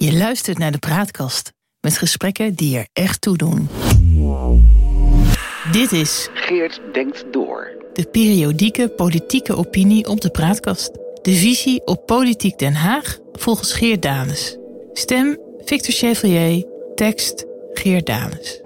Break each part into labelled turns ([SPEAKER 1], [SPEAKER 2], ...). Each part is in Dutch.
[SPEAKER 1] Je luistert naar de Praatkast met gesprekken die er echt toe doen. Dit is
[SPEAKER 2] Geert denkt door.
[SPEAKER 1] de periodieke politieke opinie op de Praatkast. De visie op Politiek Den Haag volgens Geert Danes. Stem Victor Chevalier, tekst Geert Danes.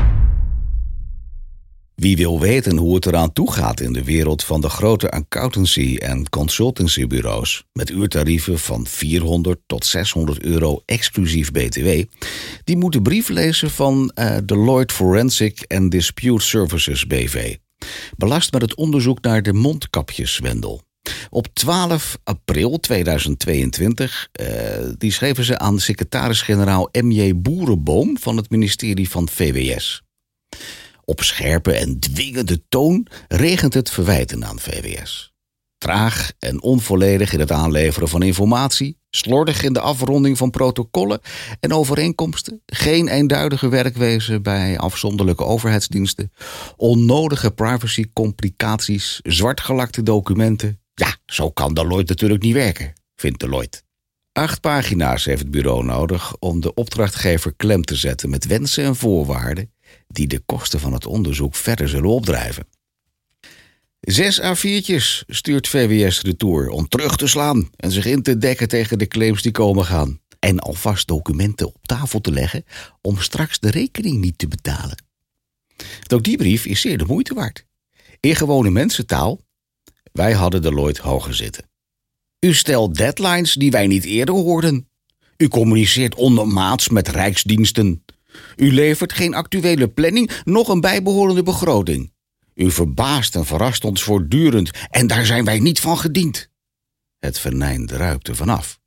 [SPEAKER 3] Wie wil weten hoe het eraan toe gaat in de wereld van de grote accountancy- en consultancybureaus met uurtarieven van 400 tot 600 euro exclusief BTW, die moet de brief lezen van Deloitte Forensic and Dispute Services BV, belast met het onderzoek naar de mondkapjeswendel. Op 12 april 2022 die schreven ze aan secretaris-generaal M.J. Boerenboom van het ministerie van VWS. Op scherpe en dwingende toon regent het verwijten aan VWS. Traag en onvolledig in het aanleveren van informatie, slordig in de afronding van protocollen en overeenkomsten, geen eenduidige werkwezen bij afzonderlijke overheidsdiensten, onnodige privacy-complicaties, zwartgelakte documenten. Ja, zo kan Deloitte natuurlijk niet werken, vindt Deloitte. 8 pagina's heeft het bureau nodig om de opdrachtgever klem te zetten met wensen en voorwaarden die de kosten van het onderzoek verder zullen opdrijven. 6 A4'tjes stuurt VWS retour om terug te slaan en zich in te dekken tegen de claims die komen gaan. En alvast documenten op tafel te leggen om straks de rekening niet te betalen. Ook die brief is zeer de moeite waard. In gewone mensentaal, wij hadden Deloitte hoger zitten. U stelt deadlines die wij niet eerder hoorden. U communiceert ondermaats met rijksdiensten. U levert geen actuele planning, nog een bijbehorende begroting. U verbaast en verrast ons voortdurend en daar zijn wij niet van gediend. Het venijn druipt er vanaf.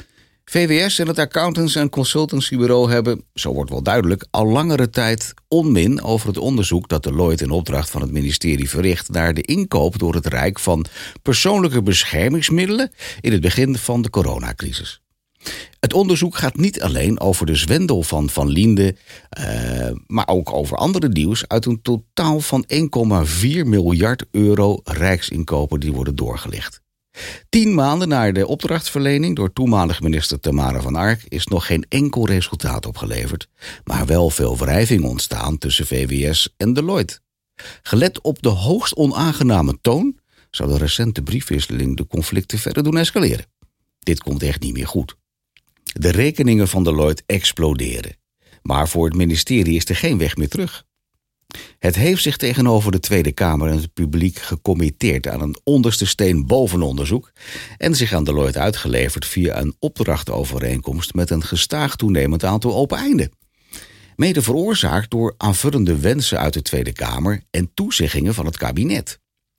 [SPEAKER 3] VWS en het accountants- en consultancybureau hebben, zo wordt wel duidelijk, al langere tijd onmin over het onderzoek dat Deloitte in opdracht van het ministerie verricht naar de inkoop door het Rijk van persoonlijke beschermingsmiddelen in het begin van de coronacrisis. Het onderzoek gaat niet alleen over de zwendel van Van Linde, maar ook over andere deals uit een totaal van 1,4 miljard euro rijksinkopen die worden doorgelicht. 10 maanden na de opdrachtverlening door toenmalig minister Tamara van Ark is nog geen enkel resultaat opgeleverd, maar wel veel wrijving ontstaan tussen VWS en Deloitte. Gelet op de hoogst onaangename toon zou de recente briefwisseling de conflicten verder doen escaleren. Dit komt echt niet meer goed. De rekeningen van Deloitte exploderen, maar voor het ministerie is er geen weg meer terug. Het heeft zich tegenover de Tweede Kamer en het publiek gecommitteerd aan een onderste steen bovenonderzoek en zich aan Deloitte uitgeleverd via een opdrachtovereenkomst met een gestaag toenemend aantal open einden. Mede veroorzaakt door aanvullende wensen uit de Tweede Kamer en toezeggingen van het kabinet.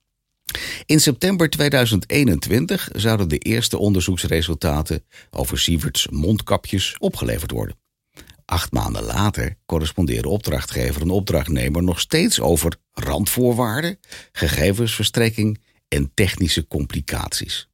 [SPEAKER 3] In september 2021 zouden de eerste onderzoeksresultaten over Sieverts mondkapjes opgeleverd worden. 8 maanden later correspondeerde opdrachtgever en opdrachtnemer nog steeds over randvoorwaarden, gegevensverstrekking en technische complicaties.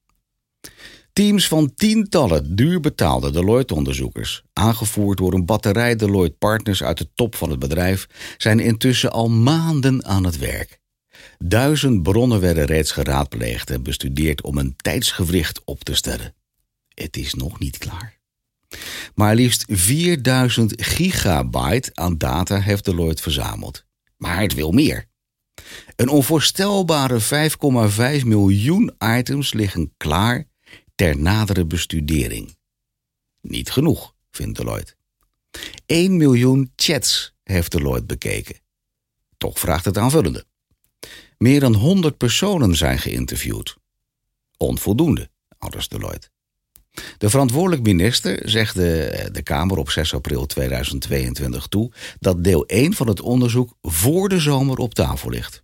[SPEAKER 3] Teams van tientallen duur betaalde Deloitte-onderzoekers, aangevoerd door een batterij Deloitte-partners uit de top van het bedrijf, zijn intussen al maanden aan het werk. 1000 bronnen werden reeds geraadpleegd en bestudeerd om een tijdsgewricht op te stellen. Het is nog niet klaar. Maar liefst 4000 gigabyte aan data heeft Deloitte verzameld. Maar het wil meer. Een onvoorstelbare 5,5 miljoen items liggen klaar ter nadere bestudering. Niet genoeg, vindt Deloitte. 1 miljoen chats heeft Deloitte bekeken. Toch vraagt het aanvullende. Meer dan 100 personen zijn geïnterviewd. Onvoldoende, aldus Deloitte. De verantwoordelijk minister zegt de Kamer op 6 april 2022 toe dat deel 1 van het onderzoek voor de zomer op tafel ligt.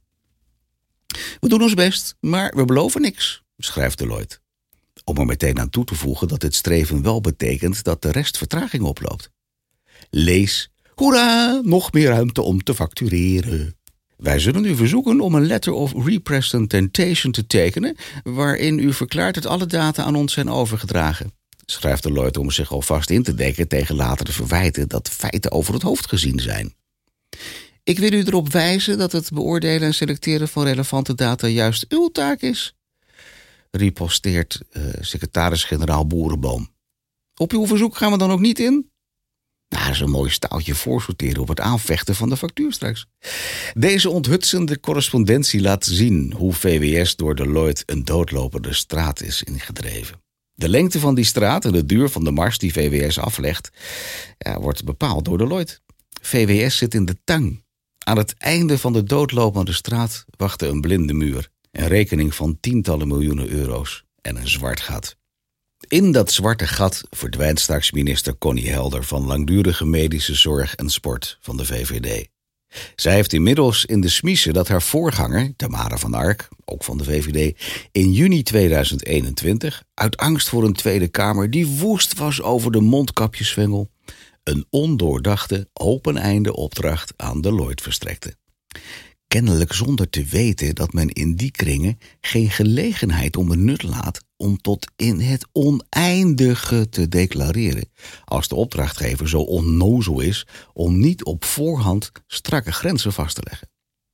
[SPEAKER 3] We doen ons best, maar we beloven niks, schrijft Deloitte. Om er meteen aan toe te voegen dat dit streven wel betekent dat de rest vertraging oploopt. Lees, hoera, nog meer ruimte om te factureren. Wij zullen u verzoeken om een letter of representation te tekenen, waarin u verklaart dat alle data aan ons zijn overgedragen, schrijft Deloitte om zich alvast in te dekken tegen latere verwijten dat feiten over het hoofd gezien zijn. Ik wil u erop wijzen dat het beoordelen en selecteren van relevante data juist uw taak is, riposteert secretaris-generaal Boerenboom. Op uw verzoek gaan we dan ook niet in? Nou, dat is een mooi staaltje voorsorteren op het aanvechten van de factuur straks. Deze onthutsende correspondentie laat zien hoe VWS door Deloitte een doodlopende straat is ingedreven. De lengte van die straat en de duur van de mars die VWS aflegt, wordt bepaald door Deloitte. VWS zit in de tang. Aan het einde van de doodlopende straat wachtte een blinde muur, een rekening van tientallen miljoenen euro's en een zwart gat. In dat zwarte gat verdwijnt straks minister Connie Helder van Langdurige Medische Zorg en Sport van de VVD. Zij heeft inmiddels in de smiezen dat haar voorganger, Tamara van Ark, ook van de VVD, in juni 2021, uit angst voor een Tweede Kamer die woest was over de mondkapjesvengel, een ondoordachte, open-einde opdracht aan Deloitte verstrekte. Kennelijk zonder te weten dat men in die kringen geen gelegenheid om een nut laat om tot in het oneindige te declareren, als de opdrachtgever zo onnozel is om niet op voorhand strakke grenzen vast te leggen.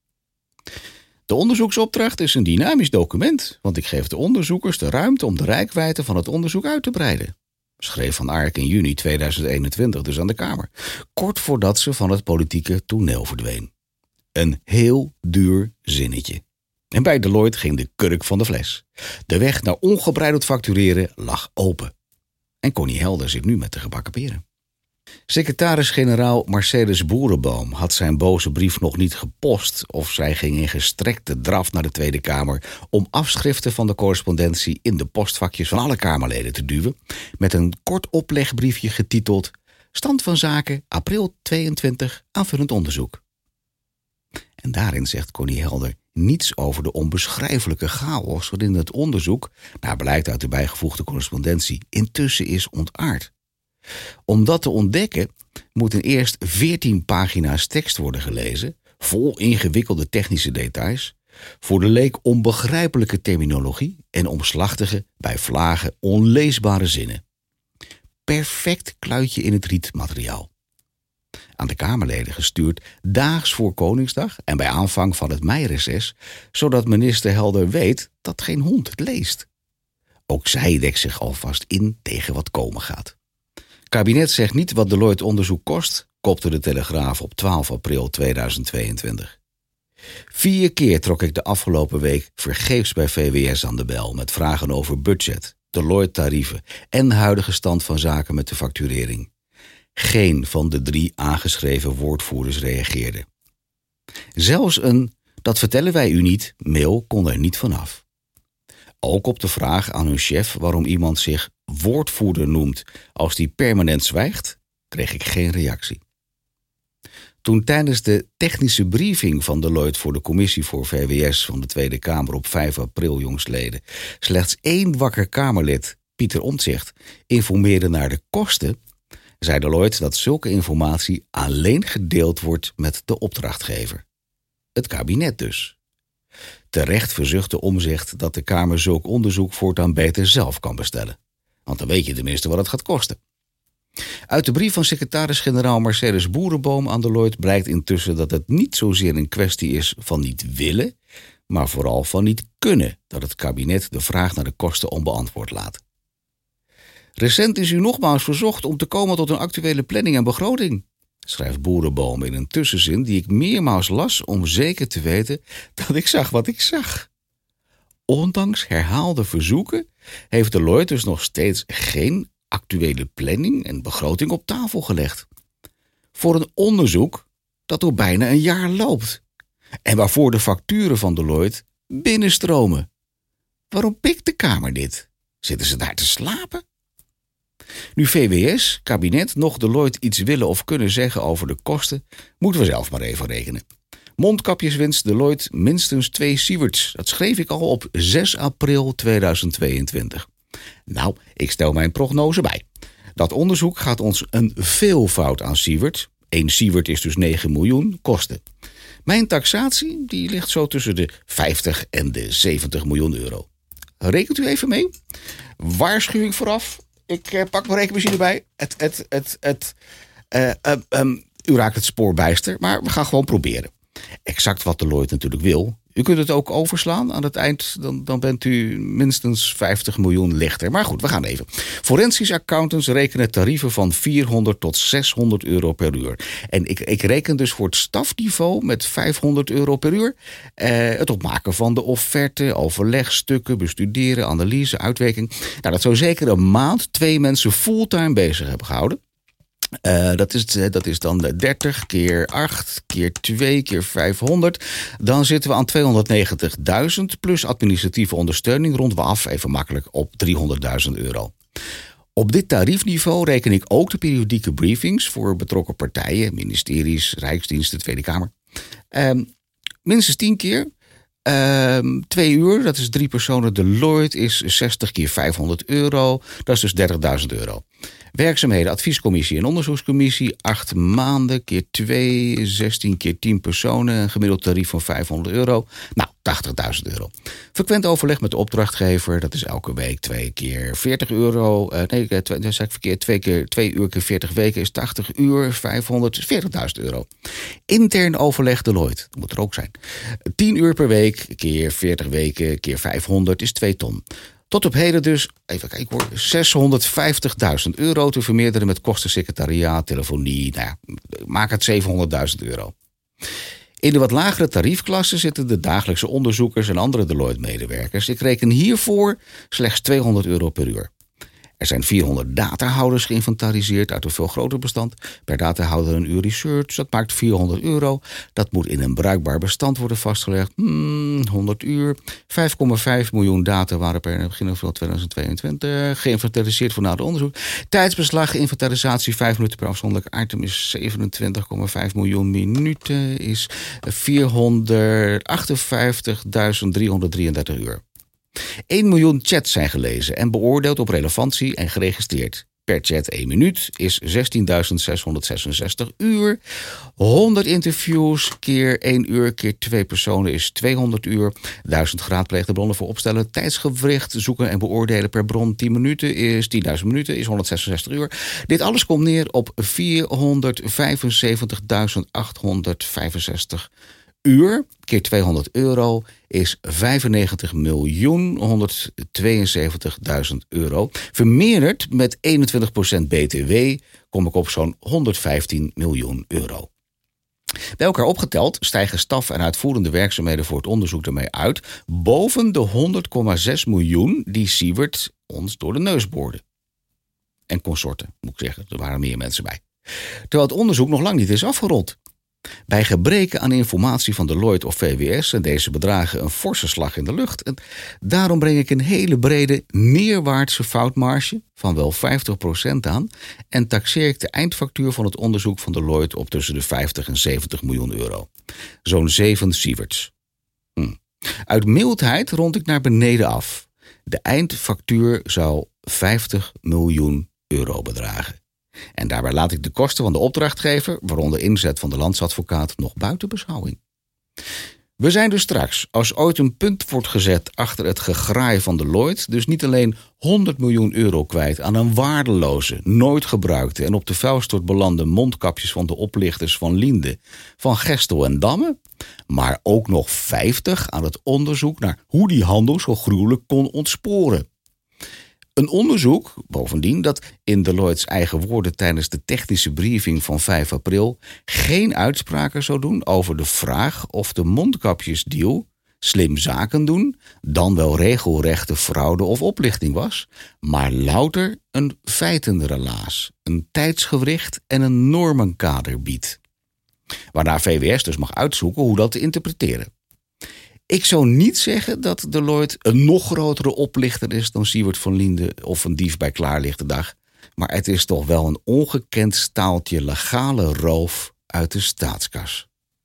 [SPEAKER 3] De onderzoeksopdracht is een dynamisch document, want ik geef de onderzoekers de ruimte om de reikwijdte van het onderzoek uit te breiden, schreef Van Ark in juni 2021 dus aan de Kamer, kort voordat ze van het politieke toneel verdween. Een heel duur zinnetje. En bij Deloitte ging de kurk van de fles. De weg naar ongebreideld factureren lag open. En Connie Helder zit nu met de gebakken peren. Secretaris-generaal Mercedes Boerenboom had zijn boze brief nog niet gepost of zij ging in gestrekte draf naar de Tweede Kamer om afschriften van de correspondentie in de postvakjes van alle Kamerleden te duwen met een kort oplegbriefje getiteld Stand van zaken april 22 aanvullend onderzoek. En daarin zegt Connie Helder niets over de onbeschrijfelijke chaos waarin het onderzoek, naar blijkt uit de bijgevoegde correspondentie, intussen is ontaard. Om dat te ontdekken moeten eerst 14 pagina's tekst worden gelezen, vol ingewikkelde technische details, voor de leek onbegrijpelijke terminologie en omslachtige, bij vlagen onleesbare zinnen. Perfect kluitje in het rietmateriaal. Aan de Kamerleden gestuurd daags voor Koningsdag en bij aanvang van het meireces, zodat minister Helder weet dat geen hond het leest. Ook zij dekt zich alvast in tegen wat komen gaat. Kabinet zegt niet wat Deloitte onderzoek kost, kopte de Telegraaf op 12 april 2022. 4 keer trok ik de afgelopen week vergeefs bij VWS aan de bel met vragen over budget, Deloitte-tarieven en huidige stand van zaken met de facturering. Geen van de 3 aangeschreven woordvoerders reageerde. Zelfs een "dat vertellen wij u niet" mail kon er niet vanaf. Ook op de vraag aan hun chef waarom iemand zich woordvoerder noemt als die permanent zwijgt, kreeg ik geen reactie. Toen tijdens de technische briefing van Deloitte voor de commissie voor VWS van de Tweede Kamer op 5 april jongstleden slechts 1 wakker Kamerlid, Pieter Omtzigt, informeerde naar de kosten, zei Deloitte dat zulke informatie alleen gedeeld wordt met de opdrachtgever. Het kabinet dus. Terecht verzuchtte Omtzigt dat de Kamer zulk onderzoek voortaan beter zelf kan bestellen. Want dan weet je tenminste wat het gaat kosten. Uit de brief van secretaris-generaal Mercedes Boerenboom aan Deloitte blijkt intussen dat het niet zozeer een kwestie is van niet willen, maar vooral van niet kunnen dat het kabinet de vraag naar de kosten onbeantwoord laat. Recent is u nogmaals verzocht om te komen tot een actuele planning en begroting, schrijft Boerenboom in een tussenzin die ik meermaals las om zeker te weten dat ik zag wat ik zag. Ondanks herhaalde verzoeken heeft Deloitte dus nog steeds geen actuele planning en begroting op tafel gelegd. Voor een onderzoek dat al bijna een jaar loopt. En waarvoor de facturen van Deloitte binnenstromen. Waarom pikt de Kamer dit? Zitten ze daar te slapen? Nu VWS, kabinet, nog Deloitte iets willen of kunnen zeggen over de kosten, moeten we zelf maar even rekenen. Mondkapjeswinst Deloitte minstens 2 sieverts. Dat schreef ik al op 6 april 2022. Nou, ik stel mijn prognose bij. Dat onderzoek gaat ons een veelvoud aan sievert, 1 sievert is dus 9 miljoen, kosten. Mijn taxatie die ligt zo tussen de 50 en de 70 miljoen euro. Rekent u even mee? Waarschuwing vooraf. Ik pak mijn rekenmachine bij. U raakt het spoor bijster, maar we gaan gewoon proberen. Exact wat Deloitte natuurlijk wil, U kunt het ook overslaan aan het eind. Dan bent u minstens 50 miljoen lichter. Maar goed, we gaan even. Forensisch accountants rekenen tarieven van 400 tot 600 euro per uur. En ik reken dus voor het stafniveau met 500 euro per uur. Het opmaken van de offerte, overlegstukken, bestuderen, analyse, uitwerking. Nou, dat zou zeker een maand 2 mensen fulltime bezig hebben gehouden. Dat is dan 30 keer 8 keer 2 keer 500. Dan zitten we aan 290.000 plus administratieve ondersteuning ronden we af even makkelijk op 300.000 euro. Op dit tariefniveau reken ik ook de periodieke briefings voor betrokken partijen, ministeries, Rijksdiensten, Tweede Kamer. Minstens 10 keer. 2 uur, dat is 3 personen. Deloitte is 60 keer 500 euro. Dat is dus 30.000 euro. Werkzaamheden, adviescommissie en onderzoekscommissie. 8 maanden keer 2, 16 keer 10 personen. Een gemiddeld tarief van 500 euro. Nou, 80.000 euro. Frequent overleg met de opdrachtgever. Dat is elke week 2 keer 40 euro. 2 uur keer 40 weken is 80 uur. 540.000 euro. Intern overleg Deloitte. Dat moet er ook zijn. 10 uur per week keer 40 weken keer 500 is 2 ton. Tot op heden dus, even kijken hoor, 650.000 euro te vermeerderen met kosten secretariaat, telefonie. Nou ja, maak het 700.000 euro. In de wat lagere tariefklasse zitten de dagelijkse onderzoekers en andere Deloitte-medewerkers. Ik reken hiervoor slechts 200 euro per uur. Er zijn 400 datahouders geïnventariseerd uit een veel groter bestand. Per datahouder een uur research, dat maakt 400 euro. Dat moet in een bruikbaar bestand worden vastgelegd. 100 uur. 5,5 miljoen data waren per begin van 2022 geïnventariseerd voor nader onderzoek. Tijdsbeslag, inventarisatie 5 minuten per afzonderlijk item is 27,5 miljoen minuten is 458.333 uur. 1 miljoen chats zijn gelezen en beoordeeld op relevantie en geregistreerd. Per chat 1 minuut is 16.666 uur. 100 interviews keer 1 uur keer 2 personen is 200 uur. 1000 geraadpleegde bronnen voor opstellen. Tijdsgewricht zoeken en beoordelen per bron 10 minuten is 10.000 minuten is 166 uur. Dit alles komt neer op 475.865 uur keer 200 euro is 95.172.000 euro. Vermeerderd met 21% BTW kom ik op zo'n 115 miljoen euro. Bij elkaar opgeteld stijgen staf en uitvoerende werkzaamheden voor het onderzoek ermee uit boven de 100,6 miljoen die Siewert ons door de neus boorde. En consorten, moet ik zeggen. Er waren meer mensen bij. Terwijl het onderzoek nog lang niet is afgerond. Bij gebreken aan informatie van Deloitte of VWS zijn deze bedragen een forse slag in de lucht. En daarom breng ik een hele brede neerwaartse foutmarge van wel 50% aan en taxeer ik de eindfactuur van het onderzoek van Deloitte op tussen de 50 en 70 miljoen euro. Zo'n 7 Sieverts. Uit mildheid rond ik naar beneden af. De eindfactuur zou 50 miljoen euro bedragen. En daarbij laat ik de kosten van de opdrachtgever, waaronder inzet van de landsadvocaat, nog buiten beschouwing. We zijn dus straks, als ooit een punt wordt gezet achter het gegraai van Deloitte, dus niet alleen 100 miljoen euro kwijt aan een waardeloze, nooit gebruikte en op de vuilstort belande mondkapjes van de oplichters van Linde, van Gestel en Damme, maar ook nog 50 aan het onderzoek naar hoe die handel zo gruwelijk kon ontsporen. Een onderzoek, bovendien, dat in Deloitte's eigen woorden tijdens de technische briefing van 5 april geen uitspraken zou doen over de vraag of de mondkapjesdeal slim zaken doen, dan wel regelrechte fraude of oplichting was, maar louter een feitenrelaas, een tijdsgewricht en een normenkader biedt. Waarna VWS dus mag uitzoeken hoe dat te interpreteren. Ik zou niet zeggen dat Deloitte een nog grotere oplichter is dan Siewert van Linde of een dief bij klaarlichte dag. Maar het is toch wel een ongekend staaltje legale roof uit de staatskas.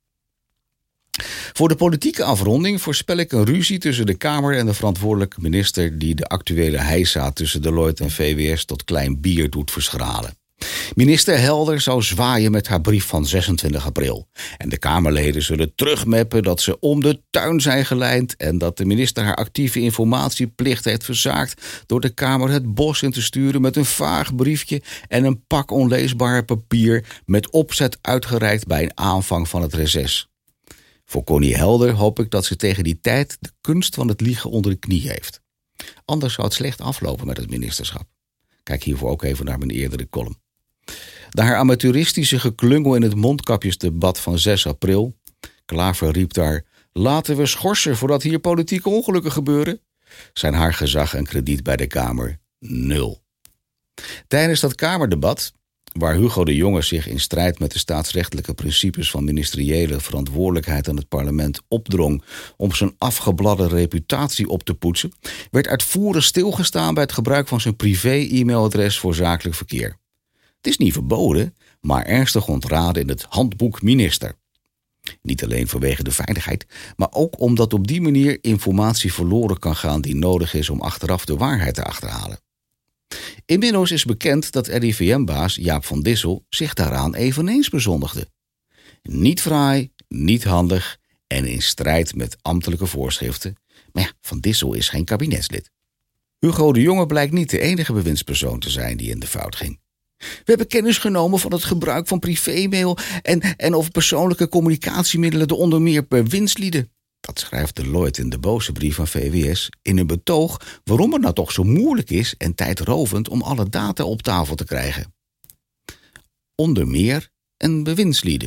[SPEAKER 3] Voor de politieke afronding voorspel ik een ruzie tussen de Kamer en de verantwoordelijke minister die de actuele heisa tussen Deloitte en VWS tot klein bier doet verschralen. Minister Helder zou zwaaien met haar brief van 26 april. En de Kamerleden zullen terugmeppen dat ze om de tuin zijn geleid en dat de minister haar actieve informatieplicht heeft verzaakt door de Kamer het bos in te sturen met een vaag briefje en een pak onleesbaar papier met opzet uitgereikt bij een aanvang van het reces. Voor Connie Helder hoop ik dat ze tegen die tijd de kunst van het liegen onder de knie heeft. Anders zou het slecht aflopen met het ministerschap. Kijk hiervoor ook even naar mijn eerdere column. Na haar amateuristische geklungel in het mondkapjesdebat van 6 april... Klaver riep daar: laten we schorsen voordat hier politieke ongelukken gebeuren, zijn haar gezag en krediet bij de Kamer 0. Tijdens dat Kamerdebat, waar Hugo de Jonge zich in strijd met de staatsrechtelijke principes van ministeriële verantwoordelijkheid aan het parlement opdrong om zijn afgebladde reputatie op te poetsen, werd uitvoerig stilgestaan bij het gebruik van zijn privé-e-mailadres voor zakelijk verkeer. Het is niet verboden, maar ernstig ontraden in het handboek minister. Niet alleen vanwege de veiligheid, maar ook omdat op die manier informatie verloren kan gaan die nodig is om achteraf de waarheid te achterhalen. Inmiddels is bekend dat RIVM-baas Jaap van Dissel zich daaraan eveneens bezondigde. Niet fraai, niet handig en in strijd met ambtelijke voorschriften. Maar ja, Van Dissel is geen kabinetslid. Hugo de Jonge blijkt niet de enige bewindspersoon te zijn die in de fout ging. We hebben kennis genomen van het gebruik van privémail en over persoonlijke communicatiemiddelen door onder meer bewindslieden. Dat schrijft Deloitte in de boze brief van VWS in een betoog waarom het nou toch zo moeilijk is en tijdrovend om alle data op tafel te krijgen. Onder meer en bewindslieden.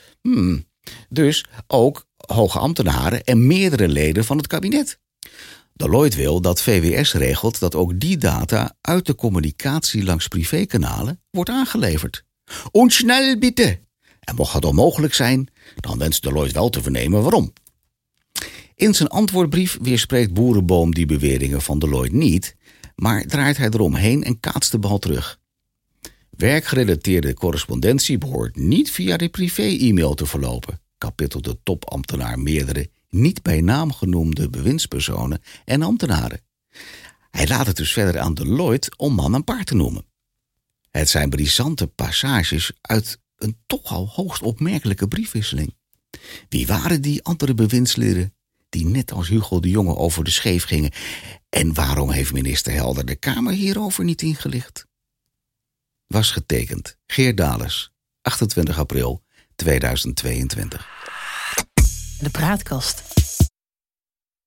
[SPEAKER 3] Dus ook hoge ambtenaren en meerdere leden van het kabinet. Deloitte wil dat VWS regelt dat ook die data uit de communicatie langs privékanalen wordt aangeleverd. Und schnell bitte! En mocht het onmogelijk zijn, dan wenst Deloitte wel te vernemen waarom. In zijn antwoordbrief weerspreekt Boerenboom die beweringen van Deloitte niet, maar draait hij eromheen en kaatst de bal terug. Werkgerelateerde correspondentie behoort niet via de privé-e-mail te verlopen, kapitelt de topambtenaar meerdere niet bij naam genoemde bewindspersonen en ambtenaren. Hij laat het dus verder aan Deloitte om man en paard te noemen. Het zijn brisante passages uit een toch al hoogst opmerkelijke briefwisseling. Wie waren die andere bewindsleden die net als Hugo de Jonge over de scheef gingen? En waarom heeft minister Helder de Kamer hierover niet ingelicht? Was getekend Geert Dales, 28 april 2022.
[SPEAKER 1] De Praatkast.